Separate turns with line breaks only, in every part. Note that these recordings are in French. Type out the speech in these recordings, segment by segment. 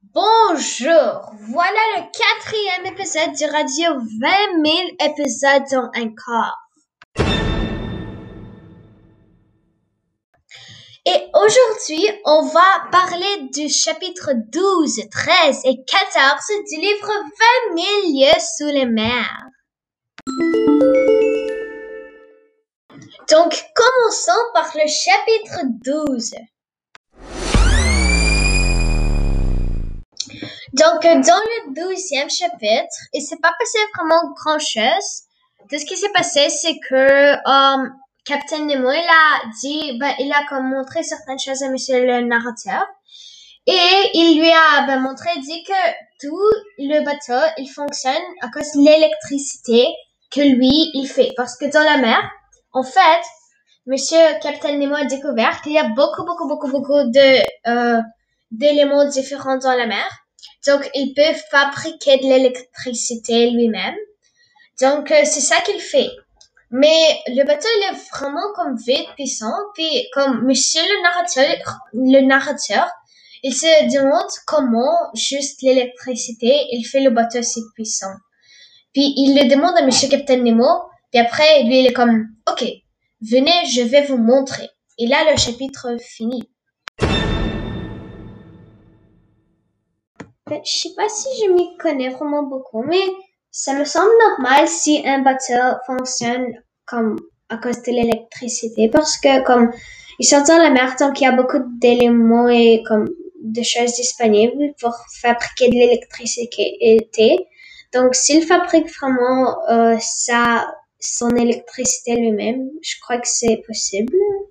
Bonjour, voilà le quatrième épisode du radio 20 000 épisodes en un quart. Et aujourd'hui, on va parler du chapitre 12, 13 et 14 du livre 20 000 lieues sous les mers. Donc, commençons par le chapitre 12. Donc, dans le 12e chapitre, il s'est pas passé vraiment grand chose. Tout ce qui s'est passé, c'est que Captain Nemo, il a comme montré certaines choses à monsieur le narrateur. Et il lui a dit que tout le bateau, il fonctionne à cause de l'électricité que lui, il fait. Parce que dans la mer, en fait, monsieur Captain Nemo a découvert qu'il y a beaucoup d'éléments différents dans la mer. Donc, il peut fabriquer de l'électricité lui-même. Donc, c'est ça qu'il fait. Mais le bateau, il est vraiment comme vite puissant. Puis, comme monsieur le narrateur, il se demande comment juste l'électricité, il fait le bateau si puissant. Puis, il le demande à monsieur Captain Nemo. Puis après, lui, il est comme, OK, venez, je vais vous montrer. Et là, le chapitre finit. Je sais pas si je m'y connais vraiment beaucoup, mais ça me semble normal si un bateau fonctionne comme à cause de l'électricité, parce que comme ils sont dans la mer, donc il y a beaucoup d'éléments et comme de choses disponibles pour fabriquer de l'électricité. Donc s'il fabrique vraiment son électricité lui-même, je crois que c'est possible.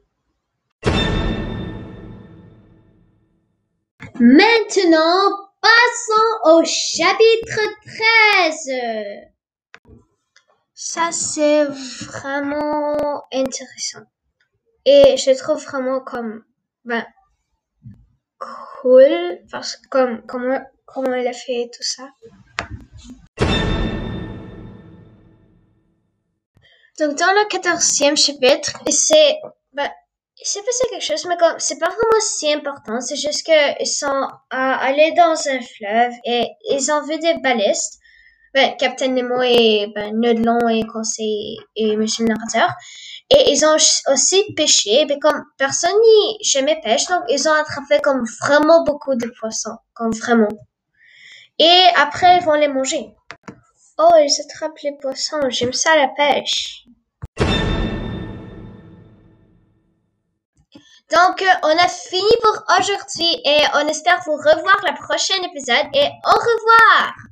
Maintenant, passons au chapitre 13. Ça, c'est vraiment intéressant. Et je trouve vraiment comme, cool, parce que comment elle a fait tout ça. Donc, dans le 14e chapitre, il s'est passé quelque chose, mais comme, c'est pas vraiment si important, c'est juste qu'ils sont allés dans un fleuve et ils ont vu des balistes. Captain Nemo et Ned Land et Conseil et Monsieur le narrateur. Et ils ont aussi pêché, mais comme personne n'y jamais pêche, donc ils ont attrapé comme vraiment beaucoup de poissons, comme vraiment. Et après, ils vont les manger. Oh, ils attrapent les poissons, j'aime ça la pêche. Donc, on a fini pour aujourd'hui et on espère vous revoir le prochain épisode et au revoir!